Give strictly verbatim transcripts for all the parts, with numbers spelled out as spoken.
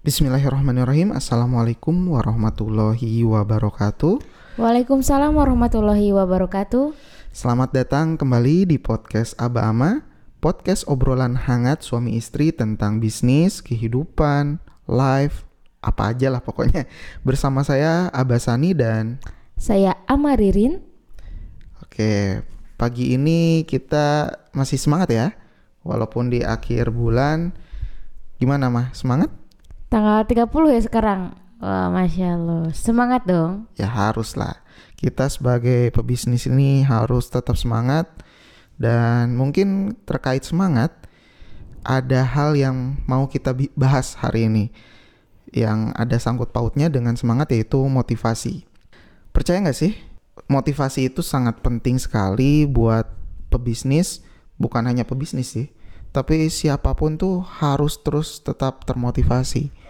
Bismillahirrahmanirrahim. Assalamualaikum warahmatullahi wabarakatuh. Waalaikumsalam warahmatullahi wabarakatuh. Selamat datang kembali di podcast Aba Ama, podcast obrolan hangat suami istri tentang bisnis, kehidupan, life, apa aja lah pokoknya. Bersama saya Aba Sani dan saya Ama Ririn. Oke, pagi ini kita masih semangat ya, walaupun di akhir bulan. Gimana mah, semangat? Tanggal tiga puluh ya sekarang. Wah, Masya Allah, semangat dong. Ya harus lah. Kita sebagai pebisnis ini harus tetap semangat. Dan mungkin terkait semangat, ada hal yang mau kita bahas hari ini, yang ada sangkut pautnya dengan semangat, yaitu motivasi. Percaya gak sih? Motivasi itu sangat penting sekali buat pebisnis. Bukan hanya pebisnis sih, tapi siapapun tuh harus terus tetap termotivasi.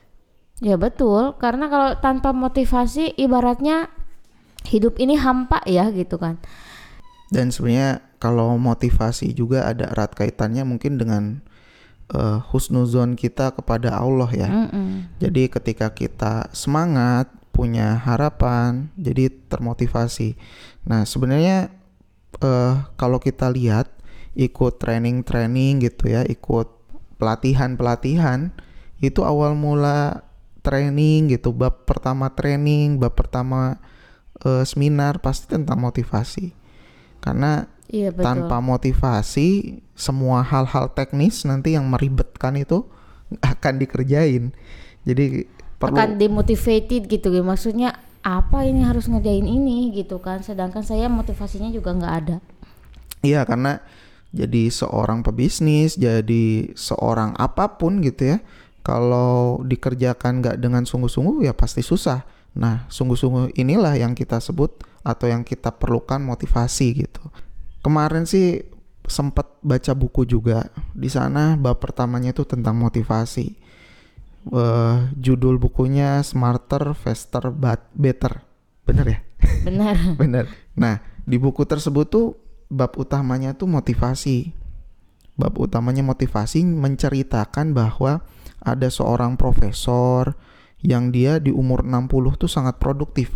Ya betul, karena kalau tanpa motivasi ibaratnya hidup ini hampa ya gitu kan. Dan sebenarnya kalau motivasi juga ada erat kaitannya mungkin dengan uh, husnuzon kita kepada Allah ya. Mm-mm. Jadi ketika kita semangat, punya harapan, jadi termotivasi. Nah sebenarnya uh, kalau kita lihat ikut training-training gitu ya, ikut pelatihan-pelatihan, itu awal mula training gitu, bab pertama training, bab pertama uh, seminar pasti tentang motivasi. Karena iya, tanpa motivasi semua hal-hal teknis nanti yang meribetkan itu akan dikerjain. Jadi perlu akan demotivated gitu, maksudnya apa ini harus ngerjain ini gitu kan, sedangkan saya motivasinya juga nggak ada. Iya, karena jadi seorang pebisnis, jadi seorang apapun gitu ya, kalau dikerjakan gak dengan sungguh-sungguh ya pasti susah. Nah sungguh-sungguh inilah yang kita sebut atau yang kita perlukan motivasi gitu. Kemarin sih sempat baca buku juga. Di sana bab pertamanya itu tentang motivasi. Uh, judul bukunya Smarter, Faster, Better. Bener ya? Benar. Bener. Nah di buku tersebut tuh bab utamanya tuh motivasi. Bab utamanya motivasi menceritakan bahwa ada seorang profesor yang dia di umur enam puluh tuh sangat produktif.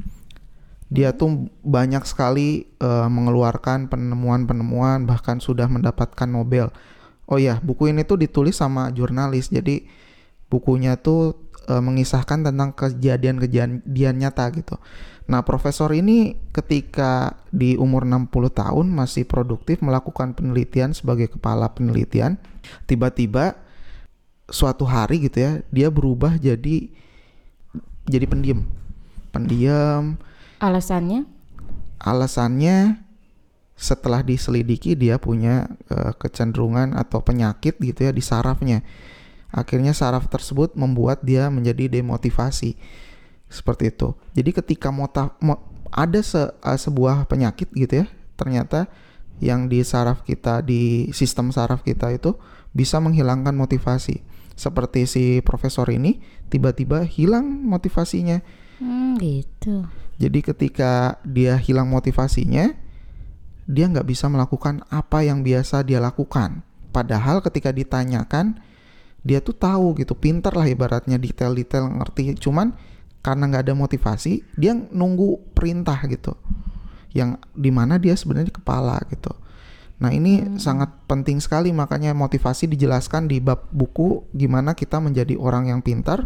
Dia tuh banyak sekali uh, mengeluarkan penemuan-penemuan, bahkan sudah mendapatkan Nobel. Oh ya, buku ini tuh ditulis sama jurnalis. Jadi bukunya tuh uh, mengisahkan tentang kejadian-kejadian nyata gitu. Nah, profesor ini ketika di umur enam puluh tahun masih produktif melakukan penelitian sebagai kepala penelitian. Tiba-tiba suatu hari gitu ya, dia berubah jadi jadi pendiam. Pendiam. Alasannya? Alasannya setelah diselidiki dia punya uh, kecenderungan atau penyakit gitu ya di sarafnya. Akhirnya saraf tersebut membuat dia menjadi demotivasi. Seperti itu. Jadi ketika mota, mo, ada se, uh, sebuah penyakit gitu ya, ternyata yang di saraf kita, di sistem saraf kita itu bisa menghilangkan motivasi. Seperti si profesor ini tiba-tiba hilang motivasinya. Hmm, gitu. Jadi ketika dia hilang motivasinya, dia nggak bisa melakukan apa yang biasa dia lakukan. Padahal ketika ditanyakan, dia tuh tahu gitu, pintar lah ibaratnya, detail-detail ngerti. Cuman karena nggak ada motivasi, dia nunggu perintah gitu. Yang dimana dia sebenarnya kepala gitu. Nah ini hmm. sangat penting sekali, makanya motivasi dijelaskan di bab buku gimana kita menjadi orang yang pintar,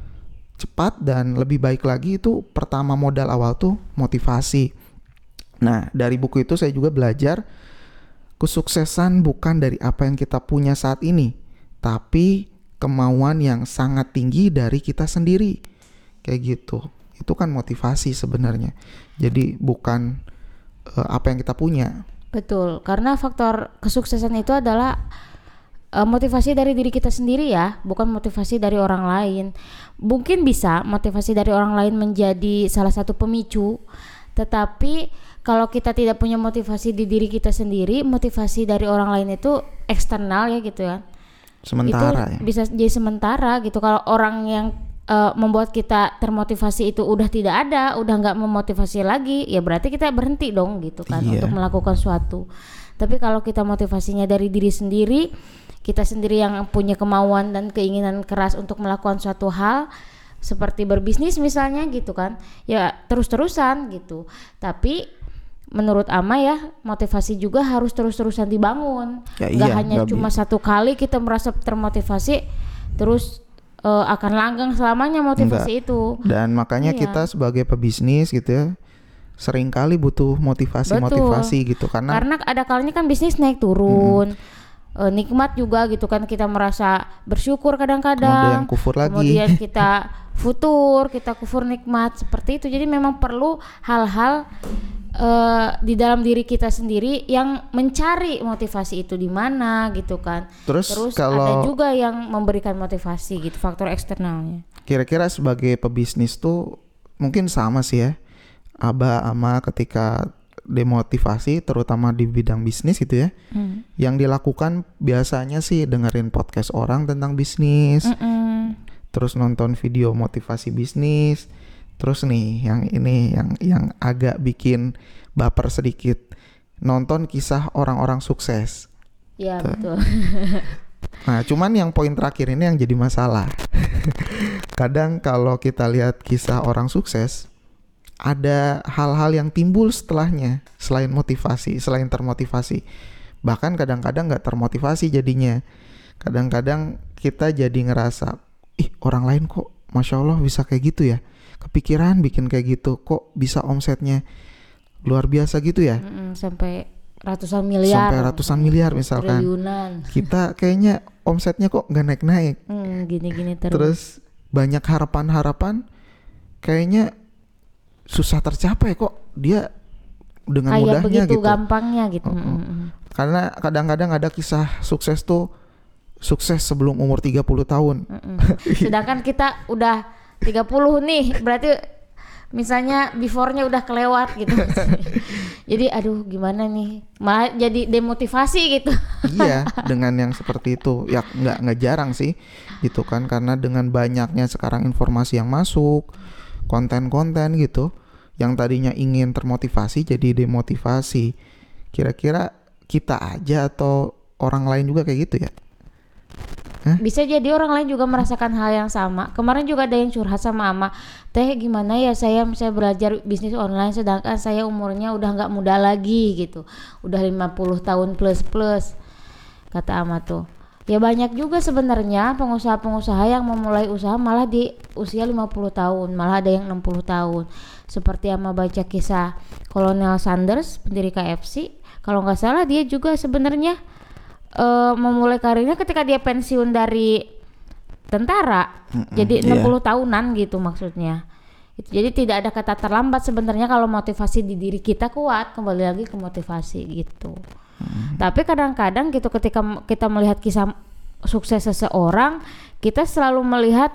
cepat, dan lebih baik lagi. Itu pertama modal awal tuh motivasi. Nah dari buku itu saya juga belajar kesuksesan bukan dari apa yang kita punya saat ini, tapi kemauan yang sangat tinggi dari kita sendiri. Kayak gitu. Itu kan motivasi sebenarnya. Jadi bukan uh, apa yang kita punya. Betul, karena faktor kesuksesan itu adalah uh, motivasi dari diri kita sendiri ya, bukan motivasi dari orang lain. Mungkin bisa motivasi dari orang lain menjadi salah satu pemicu, tetapi kalau kita tidak punya motivasi di diri kita sendiri, motivasi dari orang lain itu eksternal ya gitu ya. Sementara itu ya. Bisa jadi sementara gitu. Kalau orang yang uh, membuat kita termotivasi itu udah tidak ada, udah nggak memotivasi lagi, ya berarti kita berhenti dong gitu kan, iya. untuk melakukan suatu. Tapi kalau kita motivasinya dari diri sendiri, kita sendiri yang punya kemauan dan keinginan keras untuk melakukan suatu hal seperti berbisnis misalnya gitu kan, ya terus-terusan gitu. Tapi menurut Ama ya, motivasi juga harus terus-terusan dibangun. Ya, Gak iya, hanya gak cuma bi- satu kali kita merasa termotivasi terus uh, akan langgeng selamanya motivasi itu. Dan makanya Iya. kita sebagai pebisnis gitu ya, seringkali butuh motivasi-motivasi gitu karena, Karena ada kalanya kan bisnis naik turun. Uh, nikmat juga gitu kan, kita merasa bersyukur kadang-kadang, kemudian kufur lagi. kemudian kita futur, kita kufur nikmat seperti itu. Jadi memang perlu hal-hal uh, di dalam diri kita sendiri yang mencari motivasi itu di mana gitu kan. Terus, Terus kalau ada juga yang memberikan motivasi gitu, faktor eksternalnya. kira-kira sebagai pebisnis tuh mungkin sama sih ya, Aba ama ketika demotivasi terutama di bidang bisnis gitu ya, Hmm. yang dilakukan biasanya sih dengerin podcast orang tentang bisnis, Mm-mm. terus nonton video motivasi bisnis, terus nih yang ini yang yang agak bikin baper sedikit, nonton kisah orang-orang sukses. Ya betul. Nah cuman yang poin terakhir ini yang jadi masalah. Kadang kalau kita lihat kisah orang sukses, ada hal-hal yang timbul setelahnya selain motivasi, selain termotivasi. Bahkan kadang-kadang gak termotivasi jadinya. Kadang-kadang kita jadi ngerasa, ih orang lain kok Masya Allah bisa kayak gitu ya, kepikiran bikin kayak gitu, kok bisa omsetnya luar biasa gitu ya. Mm-mm, sampai ratusan miliar. Sampai ratusan miliar misalkan. Triliunan. Kita kayaknya omsetnya kok gak naik-naik. Hmm, gini-gini terus. Terus banyak harapan-harapan kayaknya susah tercapai, kok dia dengan Kayak mudahnya begitu gitu. gampangnya gitu. Oh, oh. Mm-mm. Karena kadang-kadang ada kisah sukses tuh sukses sebelum umur tiga puluh tahun. Mm-mm. Sedangkan kita udah tiga puluh nih, berarti misalnya before-nya udah kelewat gitu. Jadi aduh gimana nih, malah jadi demotivasi gitu. Iya, dengan yang seperti itu ya nggak nggak jarang sih gitu kan, karena dengan banyaknya sekarang informasi yang masuk, konten-konten gitu yang tadinya ingin termotivasi jadi demotivasi. Kira-kira kita aja atau orang lain juga kayak gitu ya? Hah? Bisa jadi orang lain juga merasakan hal yang sama. Kemarin juga ada yang curhat sama Ama, teh gimana ya saya misalnya belajar bisnis online sedangkan saya umurnya udah nggak muda lagi gitu, udah lima puluh tahun plus plus, kata Ama tuh. Ya banyak juga sebenarnya pengusaha-pengusaha yang memulai usaha malah di usia lima puluh tahun, malah ada yang enam puluh tahun. Seperti Ama baca kisah Kolonel Sanders, pendiri K F C, kalau nggak salah dia juga sebenarnya uh, memulai karirnya ketika dia pensiun dari tentara. Mm-mm, jadi iya. enam puluh tahunan gitu maksudnya. Itu, jadi tidak ada kata terlambat sebenarnya kalau motivasi di diri kita kuat, kembali lagi ke motivasi gitu. Hmm. Tapi kadang-kadang gitu ketika kita melihat kisah sukses seseorang, kita selalu melihat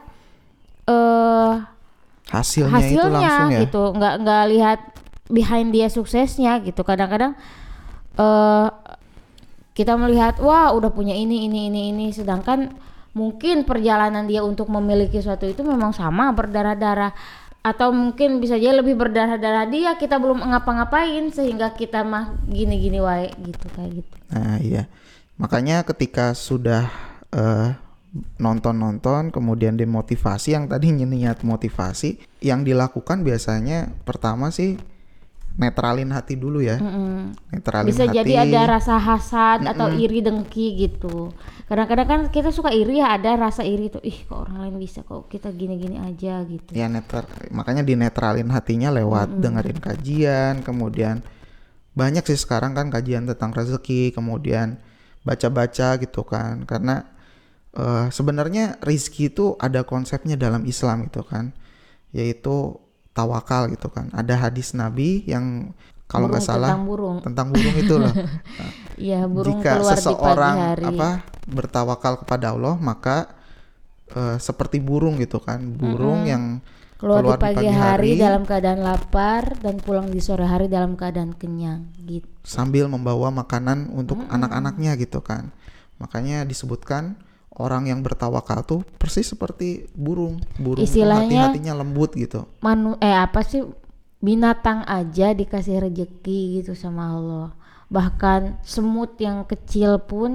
uh, hasilnya, hasilnya itu langsung ya. gitu, nggak nggak lihat behind dia suksesnya gitu. Kadang-kadang uh, kita melihat wah udah punya ini ini ini ini, sedangkan mungkin perjalanan dia untuk memiliki sesuatu itu memang sama berdarah-darah. Atau mungkin bisa jadi lebih berdarah-darah dia, kita belum ngapa-ngapain sehingga kita mah gini-gini wae gitu, kayak gitu. Nah iya, makanya ketika sudah uh, nonton-nonton kemudian demotivasi, yang tadi niat motivasi yang dilakukan biasanya pertama sih netralin hati dulu ya. Mm-mm. Netralin bisa hati. jadi ada rasa hasad. Mm-mm. Atau iri dengki gitu. Kadang-kadang kan kita suka iri ya, ada rasa iri tuh, ih kok orang lain bisa, kok kita gini-gini aja gitu. Ya netral, makanya dinetralin hatinya lewat mm-hmm. dengerin kajian, kemudian banyak sih sekarang kan kajian tentang rezeki, kemudian baca-baca gitu kan, karena uh, sebenarnya rezeki itu ada konsepnya dalam Islam gitu kan, yaitu tawakal gitu kan. Ada hadis Nabi yang kalau nggak salah tentang burung. tentang burung itu loh. Iya, burung jika keluar seseorang di pagi hari. apa bertawakal kepada Allah, maka uh, seperti burung gitu kan, burung mm-hmm. yang keluar, keluar di pagi, di pagi hari, hari dalam keadaan lapar dan pulang di sore hari dalam keadaan kenyang gitu. Sambil membawa makanan untuk mm-hmm. anak-anaknya gitu kan. Makanya disebutkan orang yang bertawakal tuh persis seperti burung, burung istilahnya hati-hatinya lembut gitu. Manu eh apa sih binatang aja dikasih rezeki gitu sama Allah. Bahkan semut yang kecil pun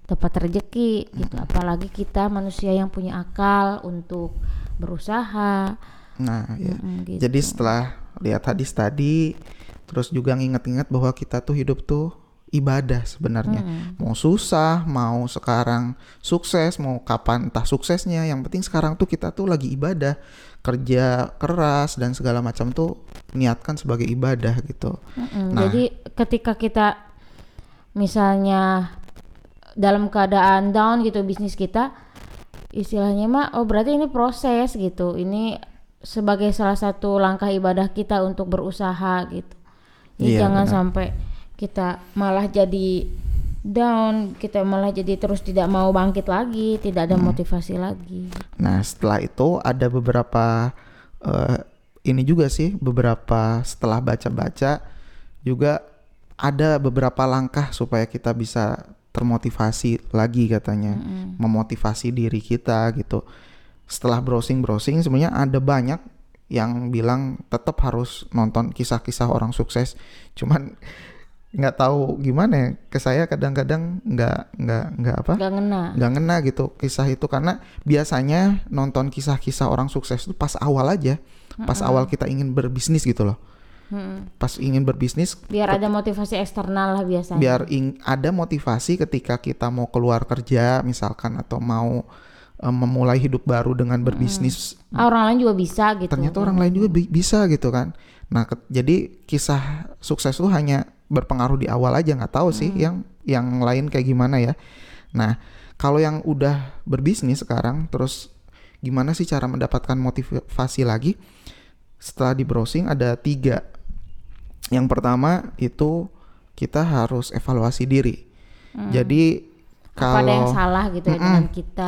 dapat rezeki gitu. Apalagi kita manusia yang punya akal untuk berusaha. Nah, ya. Mm-mm, gitu. Jadi setelah lihat hadis tadi, terus juga nginget-inget bahwa kita tuh hidup tuh ibadah sebenarnya. Mm. Mau susah, mau sekarang sukses, mau kapan entah suksesnya, yang penting sekarang tuh kita tuh lagi ibadah, kerja keras dan segala macam tuh niatkan sebagai ibadah gitu. Mm-mm. Nah, Jadi ketika kita misalnya dalam keadaan down gitu bisnis kita, istilahnya mah oh berarti ini proses gitu. Ini sebagai salah satu langkah ibadah kita untuk berusaha gitu. Jadi Iya, jangan benar. sampai kita malah jadi down, kita malah jadi terus tidak mau bangkit lagi, tidak ada motivasi lagi. Nah, setelah itu ada beberapa eh, ini juga sih, beberapa setelah baca-baca juga ada beberapa langkah supaya kita bisa termotivasi lagi katanya, Mm-mm. memotivasi diri kita gitu. Setelah browsing-browsing sebenarnya ada banyak yang bilang tetap harus nonton kisah-kisah orang sukses. Cuman nggak tahu gimana ya, ke saya kadang-kadang nggak nggak nggak apa Gak ngena. nggak ngena gitu kisah itu, karena biasanya nonton kisah-kisah orang sukses itu pas awal aja, pas Mm-mm. awal kita ingin berbisnis gitu loh, Mm-mm. pas ingin berbisnis Biar ada motivasi eksternal lah biasanya. biar ing- ada motivasi ketika kita mau keluar kerja misalkan atau mau em, memulai hidup baru dengan berbisnis. Ah, orang lain juga bisa gitu. Ternyata orang lain juga bi- bisa gitu kan. Nah, ke- jadi kisah sukses itu hanya berpengaruh di awal aja, nggak tahu sih yang yang lain kayak gimana ya. Nah, kalau yang udah berbisnis sekarang, terus gimana sih cara mendapatkan motivasi lagi? Setelah di browsing ada tiga. Yang pertama itu kita harus evaluasi diri. Jadi Apa ada yang kalau salah gitu ya Mm-mm. dengan kita.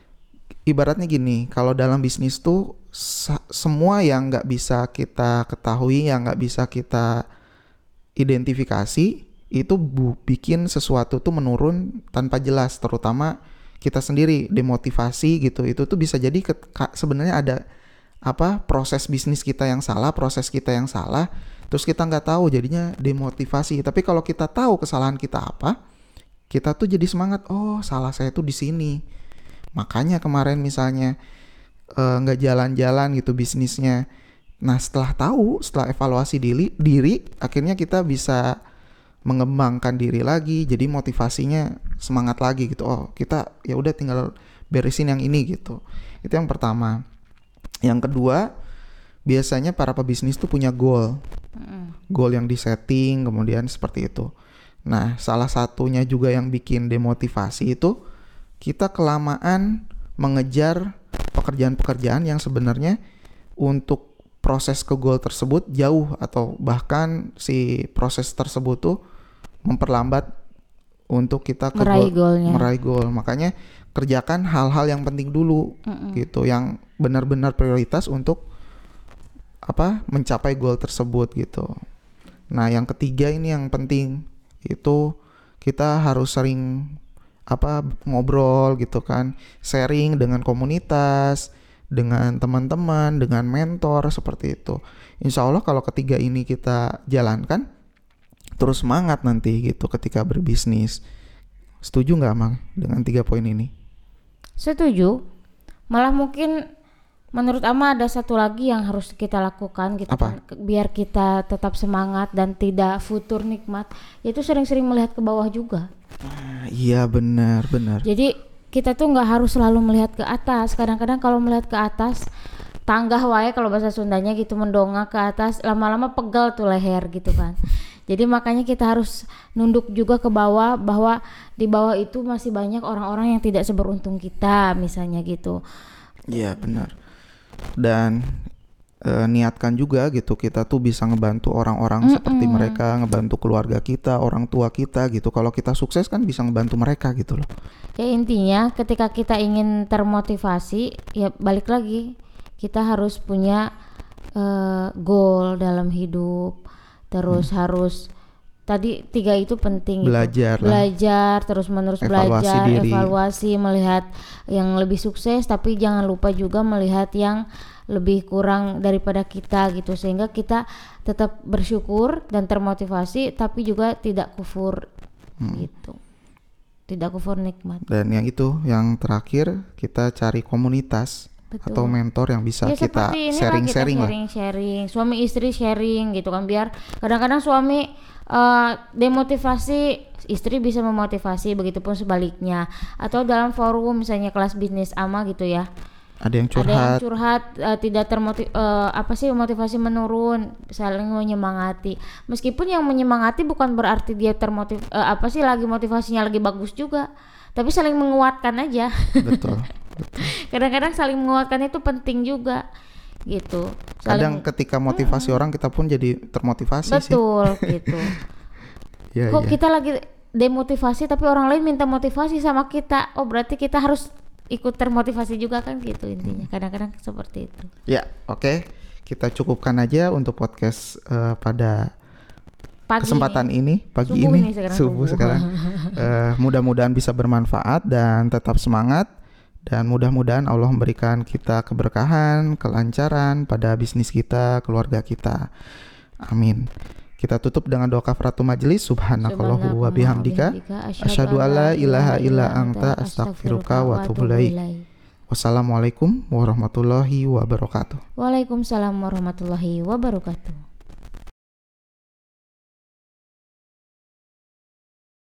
ibaratnya gini, kalau dalam bisnis tuh sa- semua yang nggak bisa kita ketahui, yang nggak bisa kita identifikasi, itu bu- bikin sesuatu tuh menurun tanpa jelas, terutama kita sendiri demotivasi gitu. Itu tuh bisa jadi ke- ka- sebenarnya ada apa proses bisnis kita yang salah, proses kita yang salah, terus kita nggak tahu jadinya demotivasi. Tapi kalau kita tahu kesalahan kita apa, kita tuh jadi semangat. Oh, salah saya tuh di sini. Makanya kemarin misalnya eh, nggak jalan-jalan gitu bisnisnya. Nah, setelah tahu, setelah evaluasi diri, diri, akhirnya kita bisa mengembangkan diri lagi. Jadi motivasinya semangat lagi gitu. Oh, kita ya udah tinggal beresin yang ini gitu. Itu yang pertama. Yang kedua, biasanya para pebisnis tuh punya goal. Mm-mm. Goal yang disetting, kemudian seperti itu. Nah, salah satunya juga yang bikin demotivasi itu kita kelamaan mengejar pekerjaan-pekerjaan yang sebenarnya untuk proses ke goal tersebut jauh, atau bahkan si proses tersebut tuh memperlambat untuk kita ke Meraih goal, goalnya. meraih goal. Makanya kerjakan hal-hal yang penting dulu. Mm-mm. Gitu, yang benar-benar prioritas untuk apa mencapai goal tersebut gitu. Nah, yang ketiga ini yang penting, itu kita harus sering apa ngobrol gitu kan, sharing dengan komunitas, dengan teman-teman, dengan mentor seperti itu. Insya Allah kalau ketiga ini kita jalankan, terus semangat nanti gitu ketika berbisnis. Setuju nggak Mang dengan tiga poin ini? Setuju. Malah mungkin menurut Ama ada satu lagi yang harus kita lakukan gitu Apa? kan, ke- biar kita tetap semangat dan tidak futur nikmat, yaitu sering-sering melihat ke bawah juga. Ah, iya benar benar. Jadi kita tuh nggak harus selalu melihat ke atas. Kadang-kadang kalau melihat ke atas, tanggah wae kalau bahasa Sundanya gitu, mendongak ke atas, lama-lama pegal tuh leher gitu kan. Jadi makanya kita harus nunduk juga ke bawah, bahwa di bawah itu masih banyak orang-orang yang tidak seberuntung kita misalnya gitu. Iya benar. Dan eh, niatkan juga gitu kita tuh bisa ngebantu orang-orang Mm-mm. seperti mereka, ngebantu keluarga kita, orang tua kita gitu. Kalau kita sukses kan bisa ngebantu mereka gitu loh. Ya intinya ketika kita ingin termotivasi, ya balik lagi kita harus punya eh, goal dalam hidup. Terus harus tadi tiga itu penting gitu. Belajar lah. Belajar terus menerus Evaluasi belajar, diri. evaluasi, melihat yang lebih sukses, tapi jangan lupa juga melihat yang lebih kurang daripada kita gitu, sehingga kita tetap bersyukur dan termotivasi, tapi juga tidak kufur Hmm. gitu. tidak kufur nikmat. Dan yang itu yang terakhir, kita cari komunitas Betul. atau mentor yang bisa Ya, kita seperti inilah sharing-sharing kita lah. sharing-sharing, suami istri sharing gitu kan, biar kadang-kadang suami uh, demotivasi, istri bisa memotivasi, begitupun sebaliknya. Atau dalam forum misalnya kelas bisnis ama gitu ya, Ada yang curhat, ada yang curhat uh, tidak termotiv uh, apa sih motivasi menurun, saling menyemangati. Meskipun yang menyemangati bukan berarti dia termotiv uh, apa sih lagi motivasinya lagi bagus juga, tapi saling menguatkan aja. betul. betul. Kadang-kadang saling menguatkan itu penting juga gitu. Kadang Saling, ketika motivasi hmm. orang kita pun jadi termotivasi betul sih. gitu. ya, Kok ya. kita lagi demotivasi tapi orang lain minta motivasi sama kita, oh berarti kita harus ikut termotivasi juga kan gitu intinya. Kadang-kadang seperti itu. Ya, oke. Okay. Kita cukupkan aja untuk podcast uh, pada pagi kesempatan ini, ini pagi subuh ini, sekarang subuh, subuh sekarang. uh, mudah-mudahan bisa bermanfaat dan tetap semangat, dan mudah-mudahan Allah memberikan kita keberkahan, kelancaran pada bisnis kita, keluarga kita. Amin. Kita tutup dengan doa kafaratul majelis. Subhanakallahu wa bihamdika asyhadu alla ilaha illa anta astaghfiruka wa atubu ilaik. Wassalamualaikum warahmatullahi wabarakatuh. Waalaikumsalam warahmatullahi wabarakatuh.